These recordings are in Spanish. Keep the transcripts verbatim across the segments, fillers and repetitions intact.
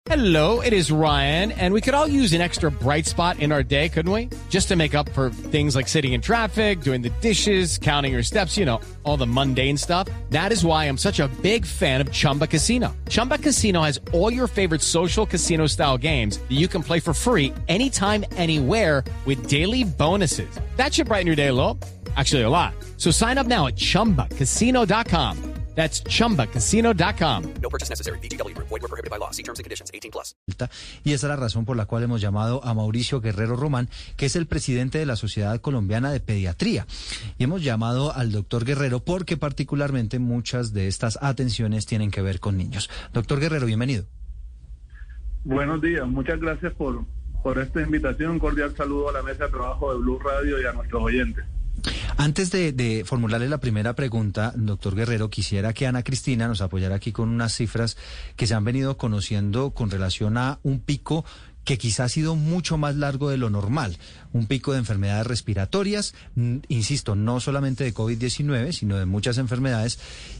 Hello, it is Ryan, and we could all use an extra bright spot in our day, couldn't we? Just to make up for things like sitting in traffic, doing the dishes, counting your steps, you know, all the mundane stuff. That is why I'm such a big fan of Chumba Casino. Chumba Casino has all your favorite social casino-style games that you can play for free anytime, anywhere with daily bonuses. That should brighten your day a little. Actually, a lot. So sign up now at chumba casino dot com. That's chumba casino dot com. No purchase necessary. V G W Group. Void where prohibited by law. See terms and conditions. eighteen plus. Y esa es la razón por la cual hemos llamado a Mauricio Guerrero Román, que es el presidente de la Sociedad Colombiana de Pediatría. Y hemos llamado al doctor Guerrero porque particularmente muchas de estas atenciones tienen que ver con niños. Doctor Guerrero, bienvenido. Buenos días. Muchas gracias por, por esta invitación. Un cordial saludo a la mesa de trabajo de Blue Radio y a nuestros oyentes. Antes de, de formularle la primera pregunta, doctor Guerrero, quisiera que Ana Cristina nos apoyara aquí con unas cifras que se han venido conociendo con relación a un pico que quizá ha sido mucho más largo de lo normal, un pico de enfermedades respiratorias, insisto, no solamente de COVID diecinueve, sino de muchas enfermedades,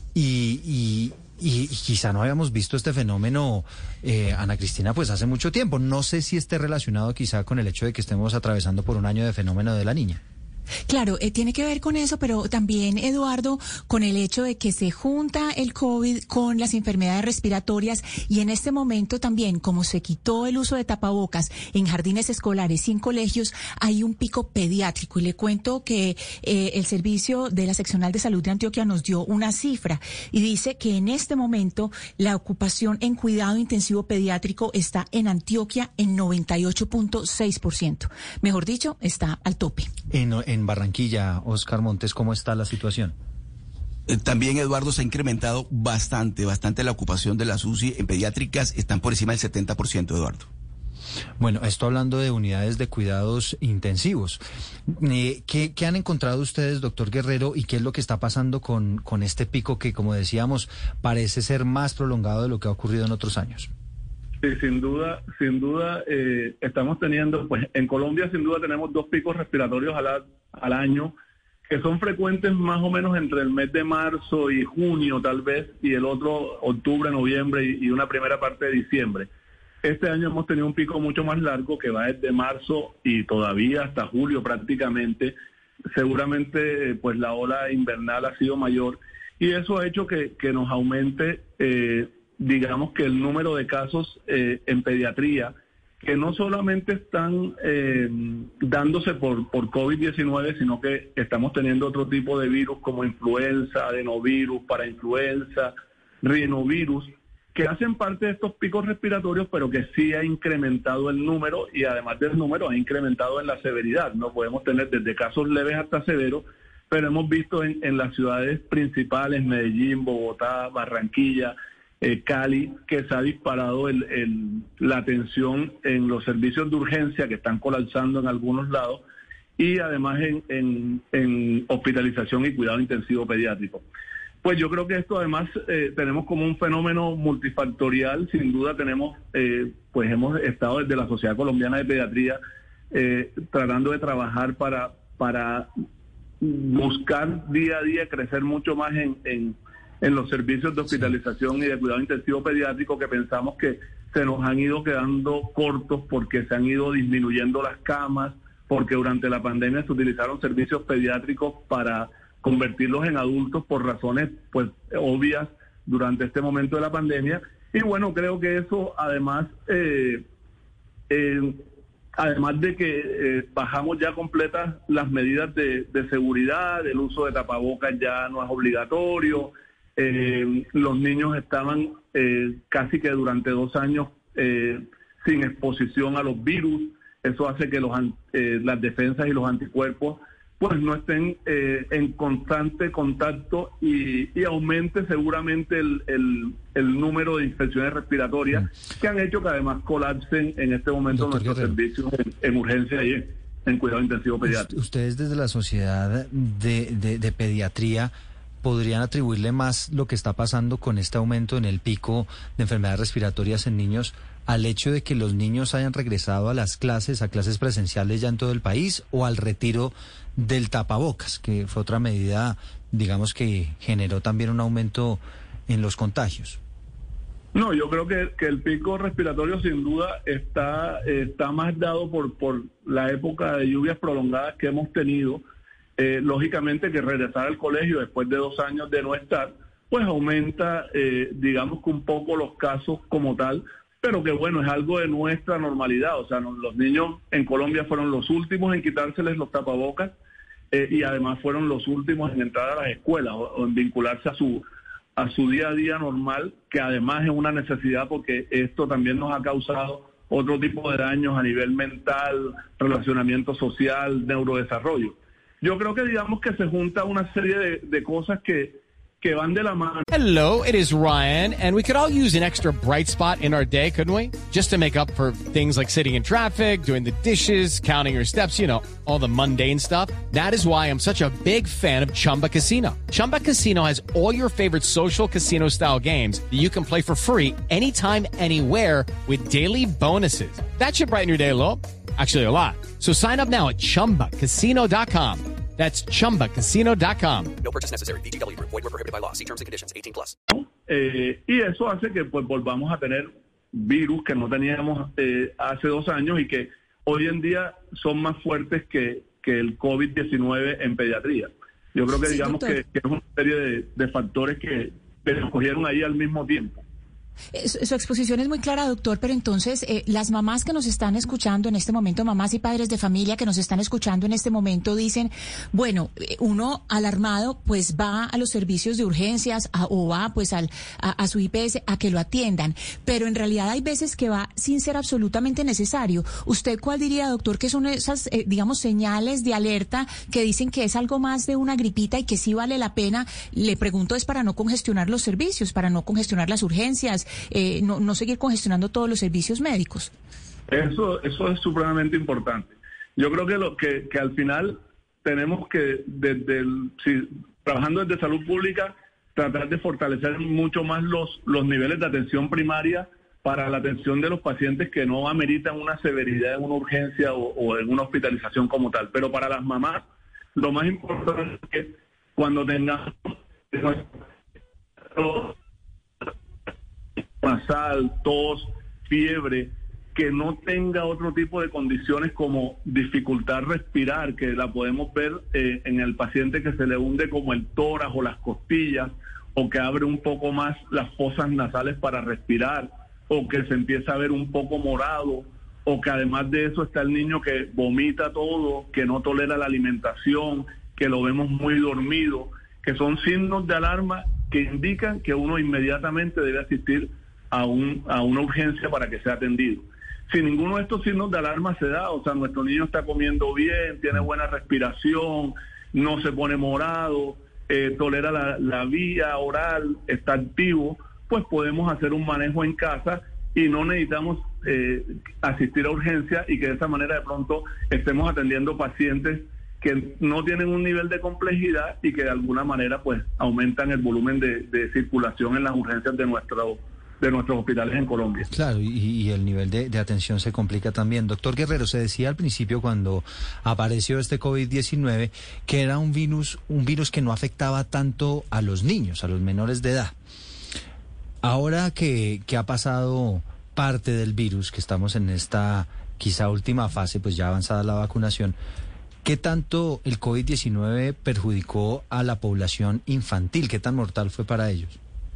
y, y, y, y quizá no habíamos visto este fenómeno, eh, Ana Cristina, pues hace mucho tiempo. No sé si esté relacionado quizá con el hecho de que estemos atravesando por un año de fenómeno de la niña. Claro, eh, tiene que ver con eso, pero también, Eduardo, con el hecho de que se junta el COVID con las enfermedades respiratorias y en este momento también, como se quitó el uso de tapabocas en jardines escolares y en colegios, hay un pico pediátrico. Y le cuento que eh, el servicio de la Seccional de Salud de Antioquia nos dio una cifra y dice que en este momento la ocupación en cuidado intensivo pediátrico está en Antioquia en noventa y ocho punto seis por ciento. Mejor dicho, está al tope. En, en Barranquilla, Oscar Montes, ¿cómo está la situación? Eh, también, Eduardo, se ha incrementado bastante, bastante la ocupación de las U C I en pediátricas, están por encima del setenta por ciento, Eduardo. Bueno, esto hablando de unidades de cuidados intensivos. Eh, ¿qué, ¿Qué han encontrado ustedes, doctor Guerrero, y qué es lo que está pasando con, con este pico que, como decíamos, parece ser más prolongado de lo que ha ocurrido en otros años? Sí, sin duda, sin duda, eh, estamos teniendo, pues en Colombia sin duda tenemos dos picos respiratorios al, al año, que son frecuentes más o menos entre el mes de marzo y junio tal vez, y el otro octubre, noviembre y, y una primera parte de diciembre. Este año hemos tenido un pico mucho más largo que va desde marzo y todavía hasta julio prácticamente. Seguramente pues la ola invernal ha sido mayor y eso ha hecho que, que nos aumente eh, digamos que el número de casos eh, en pediatría, que no solamente están eh, dándose por, por COVID diecinueve, sino que estamos teniendo otro tipo de virus como influenza, adenovirus, parainfluenza, rinovirus, que hacen parte de estos picos respiratorios, pero que sí ha incrementado el número y además del número ha incrementado en la severidad. No podemos tener desde casos leves hasta severos, pero hemos visto en, en las ciudades principales, Medellín, Bogotá, Barranquilla, Eh, Cali, que se ha disparado el, el, la atención en los servicios de urgencia que están colapsando en algunos lados y además en, en, en hospitalización y cuidado intensivo pediátrico. Pues yo creo que esto además eh, tenemos como un fenómeno multifactorial. Sin duda tenemos, eh, pues hemos estado desde la Sociedad Colombiana de Pediatría eh, tratando de trabajar para, para buscar día a día crecer mucho más en, en en los servicios de hospitalización y de cuidado intensivo pediátrico, que pensamos que se nos han ido quedando cortos porque se han ido disminuyendo las camas, porque durante la pandemia se utilizaron servicios pediátricos para convertirlos en adultos por razones pues obvias durante este momento de la pandemia. Y bueno, creo que eso además, eh, eh, además de que eh, bajamos ya completas las medidas de, de seguridad, el uso de tapabocas ya no es obligatorio. Eh, los niños estaban eh, casi que durante dos años eh, sin exposición a los virus. Eso hace que los, eh, las defensas y los anticuerpos pues no estén eh, en constante contacto y, y aumente seguramente el, el, el número de infecciones respiratorias que han hecho que además colapsen en este momento Doctor nuestros Guerrero. servicios en, en urgencia y en, en cuidado intensivo pediátrico. Ustedes desde la Sociedad de, de, de Pediatría ¿podrían atribuirle más lo que está pasando con este aumento en el pico de enfermedades respiratorias en niños al hecho de que los niños hayan regresado a las clases, a clases presenciales ya en todo el país, o al retiro del tapabocas, que fue otra medida, digamos, que generó también un aumento en los contagios? No, yo creo que, que el pico respiratorio sin duda está, está más dado por, por la época de lluvias prolongadas que hemos tenido. Eh, lógicamente que regresar al colegio después de dos años de no estar, pues aumenta, eh, digamos que un poco los casos como tal, pero que bueno, es algo de nuestra normalidad. O sea, no, los niños en Colombia fueron los últimos en quitárseles los tapabocas eh, y además fueron los últimos en entrar a las escuelas o, o en vincularse a su a su día a día normal, que además es una necesidad porque esto también nos ha causado otro tipo de daños a nivel mental, relacionamiento social, neurodesarrollo. Yo creo que digamos que se junta una serie de, de cosas que, que van de la mano. Hello, it is Ryan, and we could all use an extra bright spot in our day, couldn't we? Just to make up for things like sitting in traffic, doing the dishes, counting your steps, you know, all the mundane stuff. That is why I'm such a big fan of Chumba Casino. Chumba Casino has all your favorite social casino-style games that you can play for free anytime, anywhere with daily bonuses. That should brighten your day a little. Actually, a lot. So sign up now at chumba casino dot com. That's chumba casino dot com. No purchase necessary. V G W Group. Void where prohibited by law. See terms and conditions. eighteen plus. Eh, y eso hace que pues volvamos a tener virus que no teníamos eh, hace dos años y que hoy en día son más fuertes que, que el COVID diecinueve en pediatría. Yo creo que sí, digamos que, que es una serie de, de factores que, que se escogieron ahí al mismo tiempo. Su exposición es muy clara, doctor, pero entonces eh, las mamás que nos están escuchando en este momento, mamás y padres de familia que nos están escuchando en este momento dicen, bueno, uno alarmado pues va a los servicios de urgencias a, o va pues al, a, a su I P S a que lo atiendan, pero en realidad hay veces que va sin ser absolutamente necesario. ¿Usted cuál diría, doctor, que son esas, eh, digamos, señales de alerta que dicen que es algo más de una gripita y que sí vale la pena? Le pregunto, es para no congestionar los servicios, para no congestionar las urgencias, Eh, no, no seguir congestionando todos los servicios médicos. Eso, eso es supremamente importante. Yo creo que lo que, que al final tenemos que, desde el, si, trabajando desde salud pública, tratar de fortalecer mucho más los, los niveles de atención primaria para la atención de los pacientes que no ameritan una severidad en una urgencia o, o en una hospitalización como tal. Pero para las mamás, lo más importante es que cuando tengamos nasal, tos, fiebre, que no tenga otro tipo de condiciones como dificultad respirar, que la podemos ver eh, en el paciente que se le hunde como el tórax o las costillas, o que abre un poco más las fosas nasales para respirar, o que se empieza a ver un poco morado, o que además de eso está el niño que vomita todo, que no tolera la alimentación, que lo vemos muy dormido, que son signos de alarma que indican que uno inmediatamente debe asistir a, un, a una urgencia para que sea atendido. Si ninguno de estos signos de alarma se da, o sea, nuestro niño está comiendo bien, tiene buena respiración, no se pone morado, eh, tolera la, la vía oral, está activo, pues podemos hacer un manejo en casa y no necesitamos eh, asistir a urgencia y que de esa manera de pronto estemos atendiendo pacientes que no tienen un nivel de complejidad y que de alguna manera pues aumentan el volumen de, de circulación en las urgencias de nuestro de nuestros hospitales en Colombia. Claro, y, y el nivel de, de atención se complica también. Doctor Guerrero, se decía al principio cuando apareció este COVID diecinueve que era un virus, un virus que no afectaba tanto a los niños, a los menores de edad. Ahora que, que ha pasado parte del virus, que estamos en esta quizá última fase, pues ya avanzada la vacunación, ¿qué tanto el COVID diecinueve perjudicó a la población infantil? ¿Qué tan mortal fue para ellos?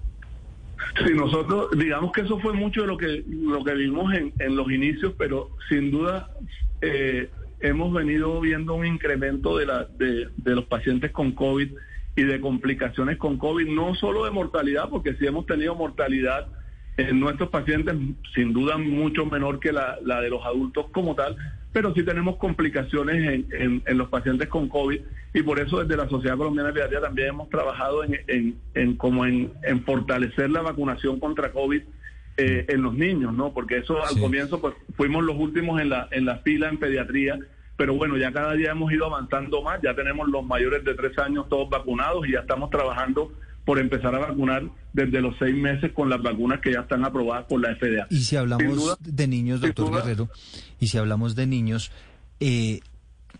Sí, nosotros, digamos que eso fue mucho de lo que lo que vimos en, en los inicios, pero sin duda eh, hemos venido viendo un incremento de, la, de, de los pacientes con COVID y de complicaciones con COVID, no solo de mortalidad, porque sí hemos tenido mortalidad en nuestros pacientes, sin duda mucho menor que la, la de los adultos como tal, pero sí tenemos complicaciones en, en, en los pacientes con COVID y por eso desde la Sociedad Colombiana de Pediatría también hemos trabajado en, en, en como en, en fortalecer la vacunación contra COVID eh, en los niños, ¿no? Porque eso al sí. comienzo pues fuimos los últimos en la en la fila en pediatría, pero bueno, ya cada día hemos ido avanzando más, ya tenemos los mayores de tres años todos vacunados y ya estamos trabajando por empezar a vacunar desde los seis meses con las vacunas que ya están aprobadas por la F D A. Y si hablamos duda, de niños, doctor Guerrero, y si hablamos de niños, eh,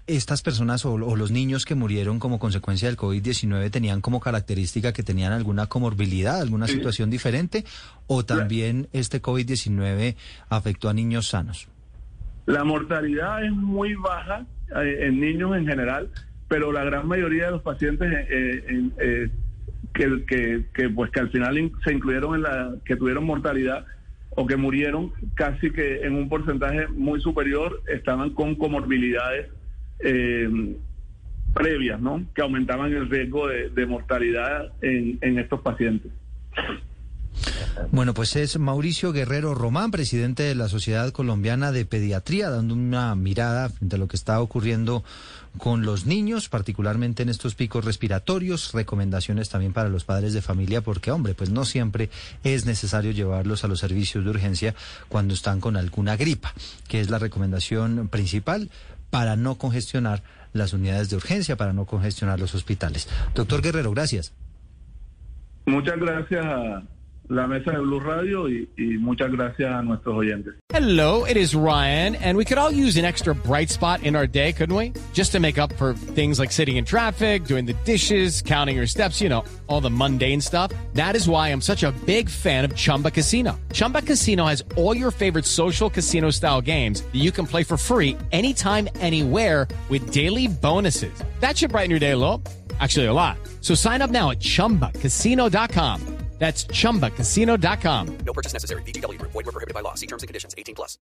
estas personas o, o los niños que murieron como consecuencia del COVID diecinueve tenían como característica que tenían alguna comorbilidad, alguna sí. situación diferente, o también este COVID diecinueve afectó a niños sanos? La mortalidad es muy baja eh, en niños en general, pero la gran mayoría de los pacientes eh, eh, eh, que, que, que pues que al final in, se incluyeron en la que tuvieron mortalidad o que murieron, casi que en un porcentaje muy superior estaban con comorbilidades eh, previas, ¿no? Que aumentaban el riesgo de, de mortalidad en, en estos pacientes. Bueno, pues es Mauricio Guerrero Román, presidente de la Sociedad Colombiana de Pediatría, dando una mirada frente a lo que está ocurriendo con los niños, particularmente en estos picos respiratorios, recomendaciones también para los padres de familia, porque, hombre, pues no siempre es necesario llevarlos a los servicios de urgencia cuando están con alguna gripa, que es la recomendación principal para no congestionar las unidades de urgencia, para no congestionar los hospitales. Doctor Guerrero, gracias. Muchas gracias a la mesa de Blue Radio y, y muchas gracias a nuestros oyentes. Hello, it is Ryan, and we could all use an extra bright spot in our day, couldn't we? Just to make up for things like sitting in traffic, doing the dishes, counting your steps, you know, all the mundane stuff. That is why I'm such a big fan of Chumba Casino. Chumba Casino has all your favorite social casino-style games that you can play for free anytime, anywhere with daily bonuses. That should brighten your day a little. Actually, a lot. So sign up now at chumba casino dot com. That's chumba casino dot com. No purchase necessary. V G W Group. Void where prohibited by law. See terms and conditions. eighteen plus.